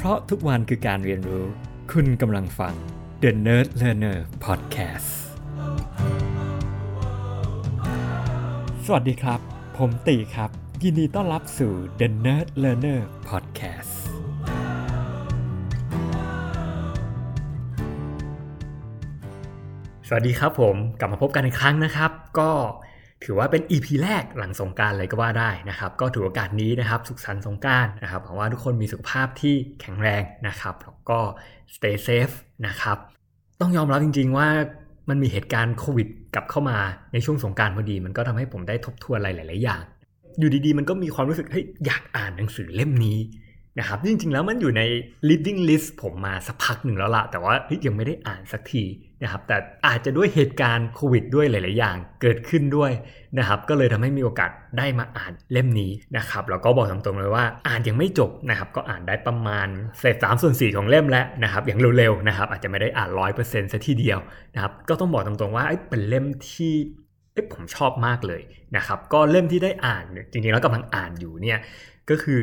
ราะทุกวันคือการเรียนรู้คุณกำลังฟัง The Nerd Learner Podcast สวัสดีครับผมตีครับยินดีต้อนรับสู่ The Nerd Learner Podcastสวัสดีครับผมกลับมาพบกันอีกครั้งนะครับก็ถือว่าเป็น EP แรกหลังสงกรานต์เลยก็ว่าได้นะครับก็ถือโอกาสนี้นะครับสุขสันต์สงกรานต์นะครับหวังว่าทุกคนมีสุขภาพที่แข็งแรงนะครับแล้วก็ stay safe นะครับต้องยอมรับจริงๆว่ามันมีเหตุการณ์โควิดกลับเข้ามาในช่วงสงกรานต์พอดีมันก็ทำให้ผมได้ทบทวนอะไรหลายๆอย่างอยู่ดีๆมันก็มีความรู้สึกเฮ้ยอยากอ่านหนังสือเล่มนี้นะครับจริงๆแล้วมันอยู่ใน reading list ผมมาสักพักหนึ่งแล้วล่ะแต่ว่ายังไม่ได้อ่านสักทีนะครับแต่อาจจะด้วยเหตุการณ์โควิดด้วยหลายๆอย่างเกิดขึ้นด้วยนะครับก็เลยทำให้มีโอกาสได้มาอ่านเล่มนี้นะครับแล้วก็บอกตรงๆเลยว่าอ่านยังไม่จบนะครับก็อ่านได้ประมาณเศษ3/4ของเล่มแล้วนะครับอย่างเร็วๆนะครับอาจจะไม่ได้อ่าน 100% ซะทีเดียวนะครับก็ต้องบอกตรงๆว่าเป็นเล่มที่ผมชอบมากเลยนะครับก็เล่มที่ได้อ่านจริงๆแล้วกำลังอ่านอยู่เนี่ยก็คือ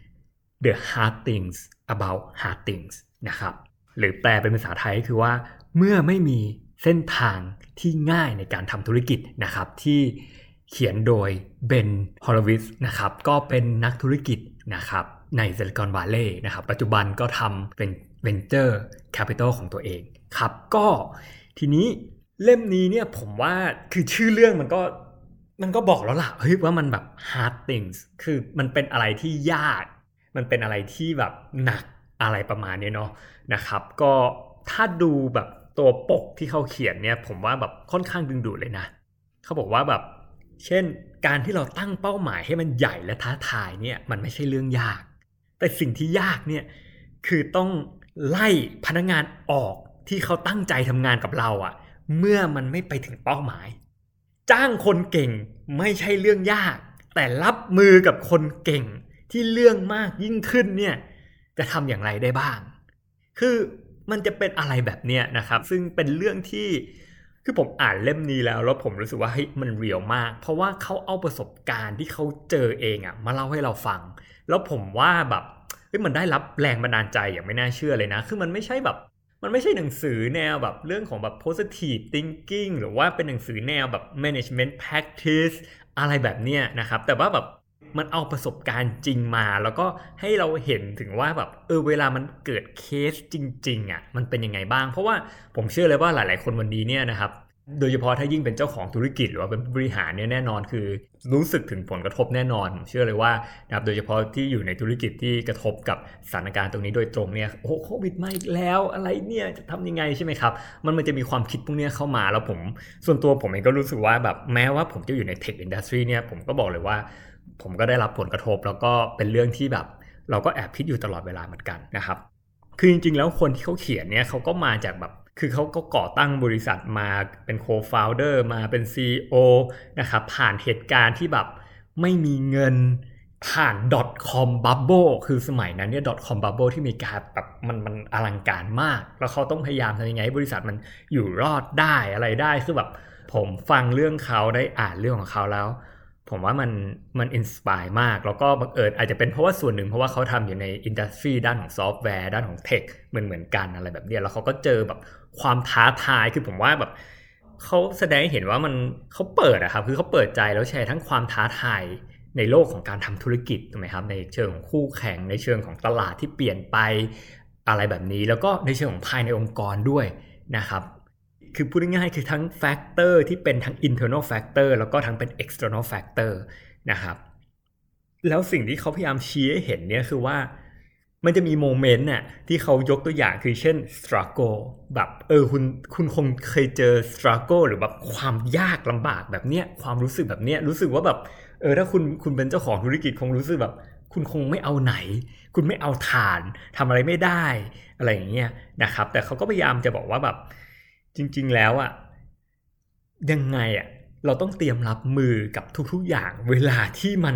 The Hard Things About Hard Things นะครับหรือแปลเป็นภาษาไทยคือว่าเมื่อไม่มีเส้นทางที่ง่ายในการทำธุรกิจนะครับที่เขียนโดยเบน ฮอลวิทซ์นะครับก็เป็นนักธุรกิจนะครับในซิลิคอนวัลเลย์นะครับปัจจุบันก็ทำเป็น Venture Capital ของตัวเองครับก็ทีนี้เล่มนี้เนี่ยผมว่าคือชื่อเรื่องมันก็บอกแล้วล่ะว่ามันแบบ hard things คือมันเป็นอะไรที่ยากมันเป็นอะไรที่แบบหนักอะไรประมาณนี้เนาะนะครับก็ถ้าดูแบบตัวปกที่เขาเขียนเนี่ยผมว่าแบบค่อนข้างดึงดูดเลยนะเขาบอกว่าแบบเช่นการที่เราตั้งเป้าหมายให้มันใหญ่และท้าทายเนี่ยมันไม่ใช่เรื่องยากแต่สิ่งที่ยากเนี่ยคือต้องไล่พนักงานออกที่เขาตั้งใจทำงานกับเราอะเมื่อมันไม่ไปถึงเป้าหมายจ้างคนเก่งไม่ใช่เรื่องยากแต่รับมือกับคนเก่งที่เรื่องมากยิ่งขึ้นเนี่ยจะทำอย่างไรได้บ้างคือมันจะเป็นอะไรแบบเนี้ยนะครับซึ่งเป็นเรื่องที่คือผมอ่านเล่มนี้แล้วผมรู้สึกว่ามันเรียลมากเพราะว่าเขาเอาประสบการณ์ที่เขาเจอเองมาเล่าให้เราฟังแล้วผมว่าแบบมันได้รับแรงบันดาลใจอย่างไม่น่าเชื่อเลยนะคือมันไม่ใช่หนังสือแนวแบบเรื่องของแบบ positive thinking หรือว่าเป็นหนังสือแนวแบบ management practice อะไรแบบเนี้ยนะครับแต่ว่าแบบมันเอาประสบการณ์จริงมาแล้วก็ให้เราเห็นถึงว่าแบบเวลามันเกิดเคสจริงๆมันเป็นยังไงบ้างเพราะว่าผมเชื่อเลยว่าหลายๆคนวันนี้เนี่ยนะครับโดยเฉพาะถ้ายิ่งเป็นเจ้าของธุรกิจหรือว่าเป็นผู้บริหารเนี่ยแน่นอนคือรู้สึกถึงผลกระทบแน่นอนเชื่อเลยว่านะครับโดยเฉพาะที่อยู่ในธุรกิจที่กระทบกับสถานการณ์ตรงนี้โดยตรงเนี่ยโควิดมาอีกแล้วอะไรเนี่ยจะทำยังไงใช่ไหมครับมันจะมีความคิดพวกนี้เข้ามาแล้วส่วนตัวผมเองก็รู้สึกว่าแบบแม้ว่าผมจะอยู่ใน Tech Industry เนี่ยผมก็บอกเลยว่าผมก็ได้รับผลกระทบแล้วก็เป็นเรื่องที่แบบเราก็แอบคิดอยู่ตลอดเวลาเหมือนกันนะครับคือจริงๆแล้วคนที่เขาเขียนเนี่ยเขาก็มาจากแบบคือเขาก็ก่อตั้งบริษัทมาเป็นโคฟาวเดอร์มาเป็น CEO นะครับผ่านเหตุการณ์ที่แบบไม่มีเงินผ่าน .com bubble คือสมัยนั้นเนี่ย .com bubble ที่มีการแบบมันอลังการมากแล้วเขาต้องพยายามทำยังไงให้บริษัทมันอยู่รอดได้อะไรได้คือแบบผมฟังเรื่องเขาได้อ่านเรื่องของเขาแล้วผมว่ามันอินสไปร์มากแล้วก็บังเอิญอาจจะเป็นเพราะว่าส่วนหนึ่งเพราะว่าเขาทำอยู่ในอินดัสทรีด้านของซอฟต์แวร์ด้านของเทคเหมือนกันอะไรแบบนี้แล้วเขาก็เจอแบบความท้าทายคือผมว่าแบบเขาแสดงให้เห็นว่าเขาเปิดอะครับคือเขาเปิดใจแล้วแชร์ทั้งความท้าทายในโลกของการทำธุรกิจถูกไหมครับในเชิงของคู่แข่งในเชิงของตลาดที่เปลี่ยนไปอะไรแบบนี้แล้วก็ในเชิงของภายในองค์กรด้วยนะครับคือพูดง่ายๆคือทั้งแฟกเตอร์ที่เป็นทั้ง internal factor แล้วก็ทั้งเป็น external factor นะครับแล้วสิ่งที่เขาพยายามชี้ให้เห็นเนี่ยคือว่ามันจะมีโมเมนต์น่ะที่เขายกตัวอย่างคือเช่น struggle แบบคุณคงเคยเจอ struggle หรือแบบความยากลำบากแบบเนี้ยความรู้สึกแบบเนี้ยรู้สึกว่าแบบถ้าคุณเป็นเจ้าของธุรกิจคงรู้สึกแบบคุณคงไม่เอาไหนคุณไม่เอาฐานทำอะไรไม่ได้อะไรอย่างเงี้ยนะครับแต่เขาก็พยายามจะบอกว่าแบบจริงๆแล้วยังไงเราต้องเตรียมรับมือกับทุกๆอย่างเวลาที่มัน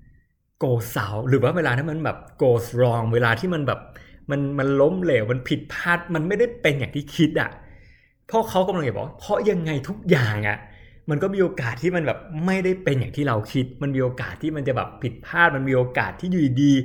go south หรือว่าเวลาที่มันแบบ goes wrong เวลาที่มันแบบมันล้มเหลวมันผิดพลาดมันไม่ได้เป็นอย่างที่คิดเพราะเขากำลังจะบอกเพราะยังไงทุกอย่างมันก็มีโอกาสที่มันแบบไม่ได้เป็นอย่างที่เราคิดมันมีโอกาสที่มันจะแบบผิดพลาดมันมีโอกาสที่อยู่ดี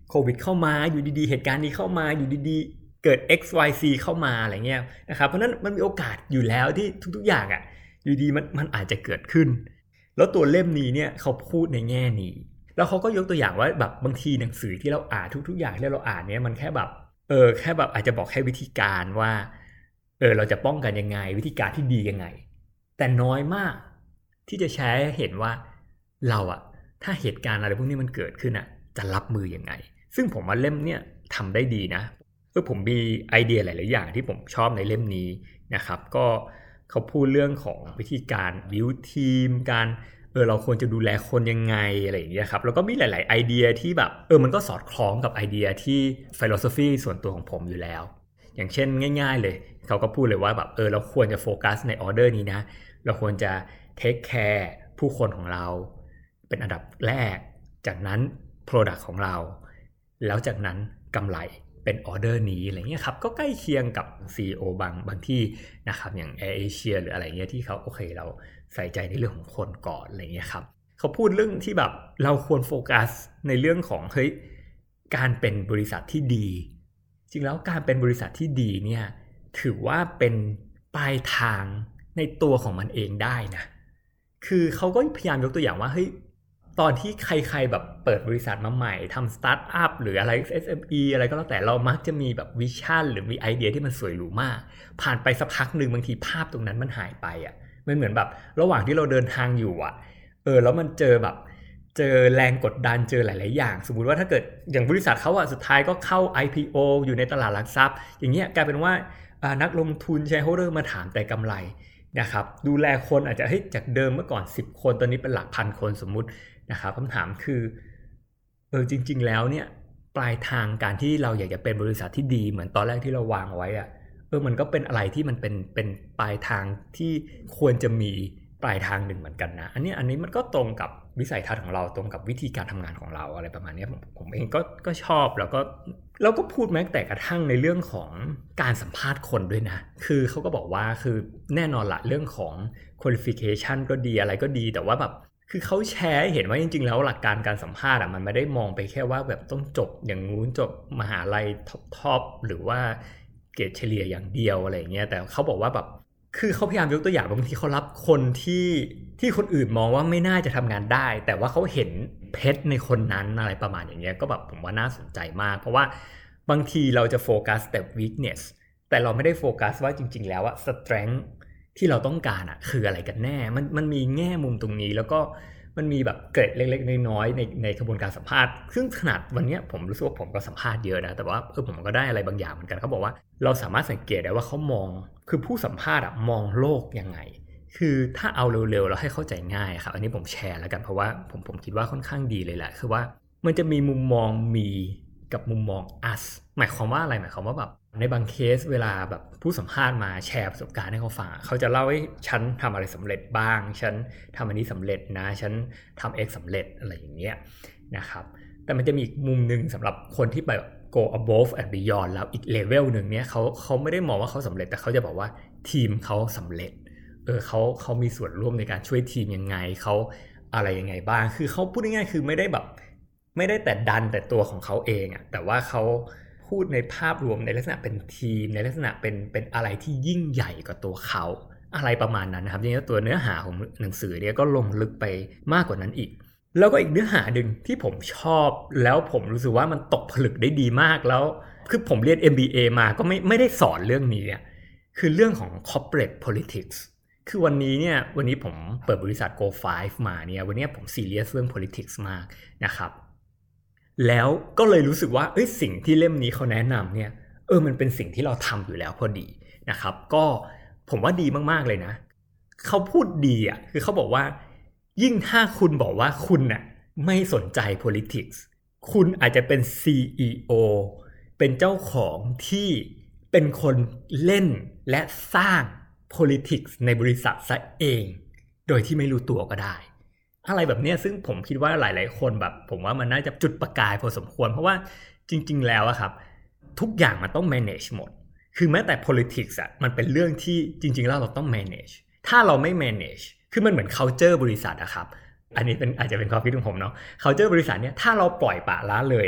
โควิดเข้ามาอยู่ดีๆเหตุการณ์นี้เข้ามาอยู่ดีๆเกิด XYZ เข้ามาอะไรเงี้ยนะครับเพราะนั้นมันมีโอกาสอยู่แล้วที่ทุกๆอย่างอ่ะอยู่ดีมันอาจจะเกิดขึ้นแล้วตัวเล่มนี้เนี่ยเขาพูดในแง่นี้แล้วเขาก็ยกตัวอย่างว่าแบบบางทีหนังสือที่เราอ่านทุกๆอย่างที่เราอ่านเนี่ยมันแค่แบบแค่แบบอาจจะบอกแค่วิธีการว่าเราจะป้องกันยังไงวิธีการที่ดียังไงแต่น้อยมากที่จะแชร์ให้เห็นว่าเราอะถ้าเหตุการณ์อะไรพวกนี้มันเกิดขึ้นอะจะรับมือยังไงซึ่งผมว่าเล่มเนี่ยทำได้ดีนะผมมีไอเดียหลายๆอย่างที่ผมชอบในเล่มนี้นะครับก็เขาพูดเรื่องของวิธีการบิวทีมการเราควรจะดูแลคนยังไงอะไรอย่างเงี้ยครับแล้วก็มีหลายๆไอเดียที่แบบมันก็สอดคล้องกับไอเดียที่ฟิโลโซฟีส่วนตัวของผมอยู่แล้วอย่างเช่นง่ายๆเลยเขาก็พูดเลยว่าแบบเราควรจะโฟกัสในออเดอร์นี้นะเราควรจะเทคแคร์ผู้คนของเราเป็นอันดับแรกจากนั้น Product ของเราแล้วจากนั้นกำไรเป็นออเดอร์นี้อะไรเงี้ยครับก็ใกล้เคียงกับ CEO บางที่นะครับอย่าง Air Asia หรืออะไรเงี้ยที่เขาโอเคเราใส่ใจในเรื่องของคนก่อนอะไรเงี้ยครับเขาพูดเรื่องที่แบบเราควรโฟกัสในเรื่องของการเป็นบริษัทที่ดีจริงแล้วการเป็นบริษัทที่ดีเนี่ยถือว่าเป็นปลายทางในตัวของมันเองได้นะคือเขาก็พยายามยกตัวอย่างว่าตอนที่ใครๆแบบเปิดบริษัทมาใหม่ทำสตาร์ทอัพหรืออะไร SME อะไรก็แล้วแต่เรามักจะมีแบบวิชั่นหรือมีไอเดียที่มันสวยหรูมากผ่านไปสักพักนึงบางทีภาพตรงนั้นมันหายไปอ่ะมันเหมือนแบบระหว่างที่เราเดินทางอยู่อ่ะแล้วมันเจอแรงกดดันเจอหลายๆอย่างสมมุติว่าถ้าเกิดอย่างบริษัทเขาอ่ะสุดท้ายก็เข้า IPO อยู่ในตลาดหลักทรัพย์อย่างเงี้ยกลายเป็นว่านักลงทุนแชร์โฮลเดอร์มาถามแต่กำไรนะครับดูแลคนอาจจะจากเดิมเมื่อก่อน10คนตอนนี้เป็นหลักพันคนสมมุตินะครับคำถามคือจริงๆแล้วเนี่ยปลายทางการที่เราอยากจะเป็นบริษัทที่ดีเหมือนตอนแรกที่เราวางเอาไว้อ่ะมันก็เป็นอะไรที่มันเป็นปลายทางที่ควรจะมีปลายทางหนึ่งเหมือนกันนะอันนี้มันก็ตรงกับวิสัยทัศน์ของเราตรงกับวิธีการทำงานของเราอะไรประมาณนี้ผมเองก็ชอบแล้วก็พูดแม้แต่กระทั่งในเรื่องของการสัมภาษณ์คนด้วยนะคือเขาก็บอกว่าคือแน่นอนละเรื่องของ qualification ก็ดีอะไรก็ดีแต่ว่าแบบคือเขาแชร์ให้เห็นว่าจริงๆแล้วหลักการการสัมภาษณ์มันไม่ได้มองไปแค่ว่าแบบต้องจบอย่างงู้นจบมหาลัยท็อปหรือว่าเกรดเฉลี่ยอย่างเดียวอะไรเงี้ยแต่เขาบอกว่าแบบคือเขาพยายามยกตัวอย่างบางทีเขารับคนที่คนอื่นมองว่าไม่น่าจะทำงานได้แต่ว่าเขาเห็นเพชรในคนนั้นอะไรประมาณอย่างเงี้ยก็แบบผมว่าน่าสนใจมากเพราะว่าบางทีเราจะโฟกัสแต่ weakness แต่เราไม่ได้โฟกัสว่าจริงๆแล้วstrength ที่เราต้องการคืออะไรกันแน่มันมีแง่มุมตรงนี้แล้วก็มันมีแบบเกร็ดเล็กๆน้อยๆในกระบวนการสัมภาษณ์ซึ่งขนาดวันนี้ผมรู้สึกว่าผมก็สัมภาษณ์เยอะนะแต่ว่าผมก็ได้อะไรบางอย่างเหมือนกันเขาบอกว่าเราสามารถสังเกตได้ว่าเขามองคือผู้สัมภาษณ์มองโลกยังไงคือถ้าเอาเร็วๆแล้วให้เข้าใจง่ายครับอันนี้ผมแชร์แล้วกันเพราะว่าผมคิดว่าค่อนข้างดีเลยแหละคือว่ามันจะมีมุมมองมีกับมุมมอง us หมายความว่าอะไรหมายความว่าแบบในบางเคสเวลาแบบผู้สัมภาษณ์มาแชร์ประสบการณ์ให้เขาฟังเขาจะเล่าให้ฉันทำอะไรสำเร็จบ้างฉันทำอันนี้สำเร็จนะฉันทำ X สำเร็จอะไรอย่างเงี้ยนะครับแต่มันจะมีอีกมุมนึงสำหรับคนที่แบบ go above and beyond แล้วอีกเลเวลนึงเนี้ยเขาไม่ได้มองว่าเขาสำเร็จแต่เขาจะบอกว่าทีมเขาสำเร็จเขามีส่วนร่วมในการช่วยทีมยังไงเขาอะไรยังไงบ้างคือเขาพูดง่ายๆคือไม่ได้แต่ดันแต่ตัวของเขาเองแต่ว่าเขาพูดในภาพรวมในลักษณะเป็นทีมในลักษณะเป็นอะไรที่ยิ่งใหญ่กว่าตัวเขาอะไรประมาณนั้นนะครับจริงๆตัวเนื้อหาของหนังสือเนี่ยก็ลงลึกไปมากกว่านั้นอีกแล้วก็อีกเนื้อหาหนึ่งที่ผมชอบแล้วผมรู้สึกว่ามันตกผลึกได้ดีมากแล้วคือผมเรียน MBA มาก็ไม่ได้สอนเรื่องนี้คือเรื่องของ corporate politics คือวันนี้ผมเปิดบริษัท Go5 มาเนี่ยวันนี้ผมซีเรียสเรื่อง politics มากนะครับแล้วก็เลยรู้สึกว่าสิ่งที่เล่มนี้เขาแนะนำเนี่ยมันเป็นสิ่งที่เราทำอยู่แล้วพอดีนะครับก็ผมว่าดีมากๆเลยนะเขาพูดดีคือเขาบอกว่ายิ่งถ้าคุณบอกว่าคุณไม่สนใจ politics คุณอาจจะเป็น CEO เป็นเจ้าของที่เป็นคนเล่นและสร้าง politics ในบริษัทซะเองโดยที่ไม่รู้ตัวก็ได้อะไรแบบนี้ซึ่งผมคิดว่าหลายๆคนแบบผมว่ามันน่าจะจุดประกายพอสมควรเพราะว่าจริงๆแล้วครับทุกอย่างมันต้อง manage หมดคือแม้แต่ politics มันเป็นเรื่องที่จริงๆแล้วเราต้อง manage ถ้าเราไม่ manage คือมันเหมือน culture บริษัทครับอันนี้อาจจะเป็นความคิดของผมเนาะ culture บริษัทเนี่ยถ้าเราปล่อยปละละเลย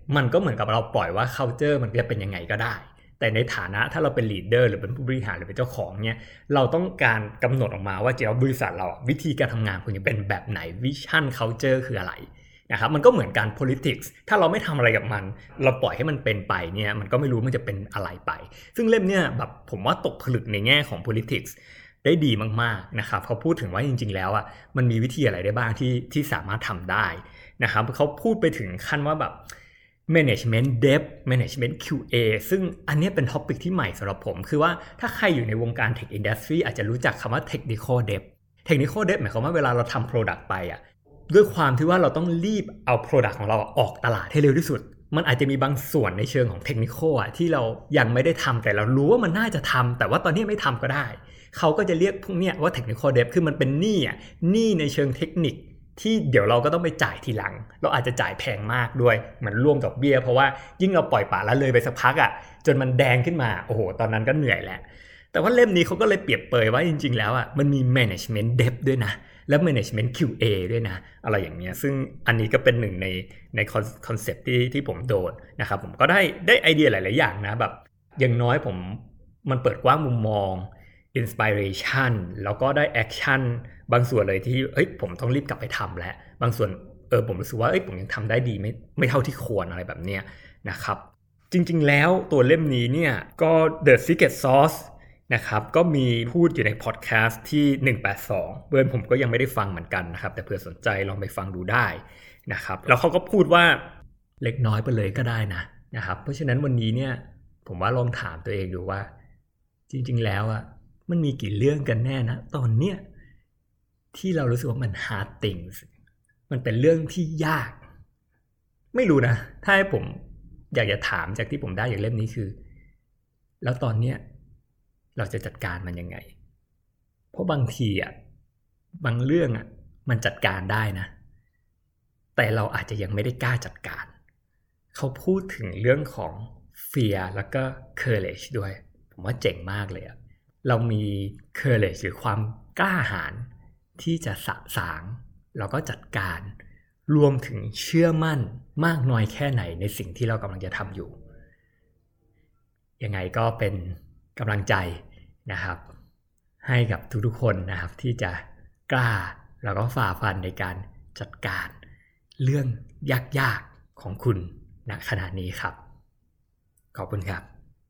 มันก็เหมือนกับเราปล่อยว่า culture มันจะเป็นยังไงก็ได้แต่ในฐานะถ้าเราเป็น leader หรือเป็นผู้บริหารหรือเป็นเจ้าของเนี่ยเราต้องการกำหนดออกมาว่าบริษัทเราวิธีการทำงานควรจะเป็นแบบไหน vision culture คืออะไรนะครับมันก็เหมือนการ politics ถ้าเราไม่ทำอะไรกับมันเราปล่อยให้มันเป็นไปเนี่ยมันก็ไม่รู้มันจะเป็นอะไรไปซึ่งเล่มเนี่ยแบบผมว่าตกผลึกในแง่ของ politics ได้ดีมากๆนะครับเขาพูดถึงว่าจริงๆแล้วอ่ะมันมีวิธีอะไรได้บ้างที่สามารถทำได้นะครับเขาพูดไปถึงขั้นว่าแบบ management dev management QA ซึ่งอันนี้เป็นท็อปิกที่ใหม่สำหรับผมคือว่าถ้าใครอยู่ในวงการ tech industry อาจจะรู้จักคำว่า technical dev technical dev หมายความว่าเวลาเราทำ product ไปอ่ะด้วยความที่ว่าเราต้องรีบเอา product ของเราออกตลาดให้เร็วที่สุดมันอาจจะมีบางส่วนในเชิงของ technical อ่ะที่เรายังไม่ได้ทำแต่เรารู้ว่ามันน่าจะทำแต่ว่าตอนนี้ไม่ทำก็ได้เขาก็จะเรียกพวกเนี้ยว่า technical dev คือมันเป็นหนี้ในเชิงเทคนิคที่เดี๋ยวเราก็ต้องไปจ่ายทีหลังเราอาจจะจ่ายแพงมากด้วยเหมือนร่วมดอกเบี้ยเพราะว่ายิ่งเราปล่อยปละละเลยไปสักพักอ่ะจนมันแดงขึ้นมาโอ้โหตอนนั้นก็เหนื่อยแหละแต่ว่าเล่มนี้เขาก็เลยเปรียบเปรยว่าจริงๆแล้วอ่ะมันมี management depth ด้วยนะและ management QA ด้วยนะอะไรอย่างเงี้ยซึ่งอันนี้ก็เป็นหนึ่งในคอนเซ็ปต์ที่ผมโดนนะครับผมก็ได้ไอเดียหลายๆอย่างนะแบบอย่างน้อยมันเปิดกว้างมุมมองinspiration แล้วก็ได้ action บางส่วนเลยที่ผมต้องรีบกลับไปทำแล้วบางส่วนผมรู้สึกว่าผมยังทำได้ดีไม่เท่าที่ควรอะไรแบบเนี้ยนะครับจริงๆแล้วตัวเล่มนี้เนี่ยก็ The Secret Sauce นะครับก็มีพูดอยู่ในพอดแคสต์ที่182ผมก็ยังไม่ได้ฟังเหมือนกันนะครับแต่เผื่อสนใจลองไปฟังดูได้นะครับแล้วเขาก็พูดว่าเล็กน้อยไปเลยก็ได้นะครับเพราะฉะนั้นวันนี้เนี่ยผมว่าลองถามตัวเองดูว่าจริงๆแล้วอ่ะมันมีกี่เรื่องกันแน่นะตอนเนี้ยที่เรารู้สึกว่ามัน hard things มันเป็นเรื่องที่ยากไม่รู้นะถ้าให้ผมอยากจะถามจากที่ผมได้อย่างเล่มนี้คือแล้วตอนเนี้ยเราจะจัดการมันยังไงเพราะบางทีอ่ะบางเรื่องอ่ะมันจัดการได้นะแต่เราอาจจะยังไม่ได้กล้าจัดการเขาพูดถึงเรื่องของ fear แล้วก็ courage ด้วยผมว่าเจ๋งมากเลยอ่ะเรามี courage หรือความกล้าหาญที่จะสะสางแล้วก็จัดการรวมถึงเชื่อมั่นมากน้อยแค่ไหนในสิ่งที่เรากำลังจะทำอยู่ยังไงก็เป็นกำลังใจนะครับให้กับทุกๆคนนะครับที่จะกล้าแล้วก็ฝ่าฟันในการจัดการเรื่องยากๆของคุณณขณะนี้ครับขอบคุณครับ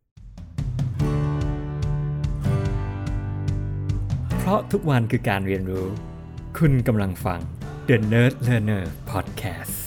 เพราะทุกวันคือการเรียนรู้คุณกำลังฟัง The Nerd Learner Podcast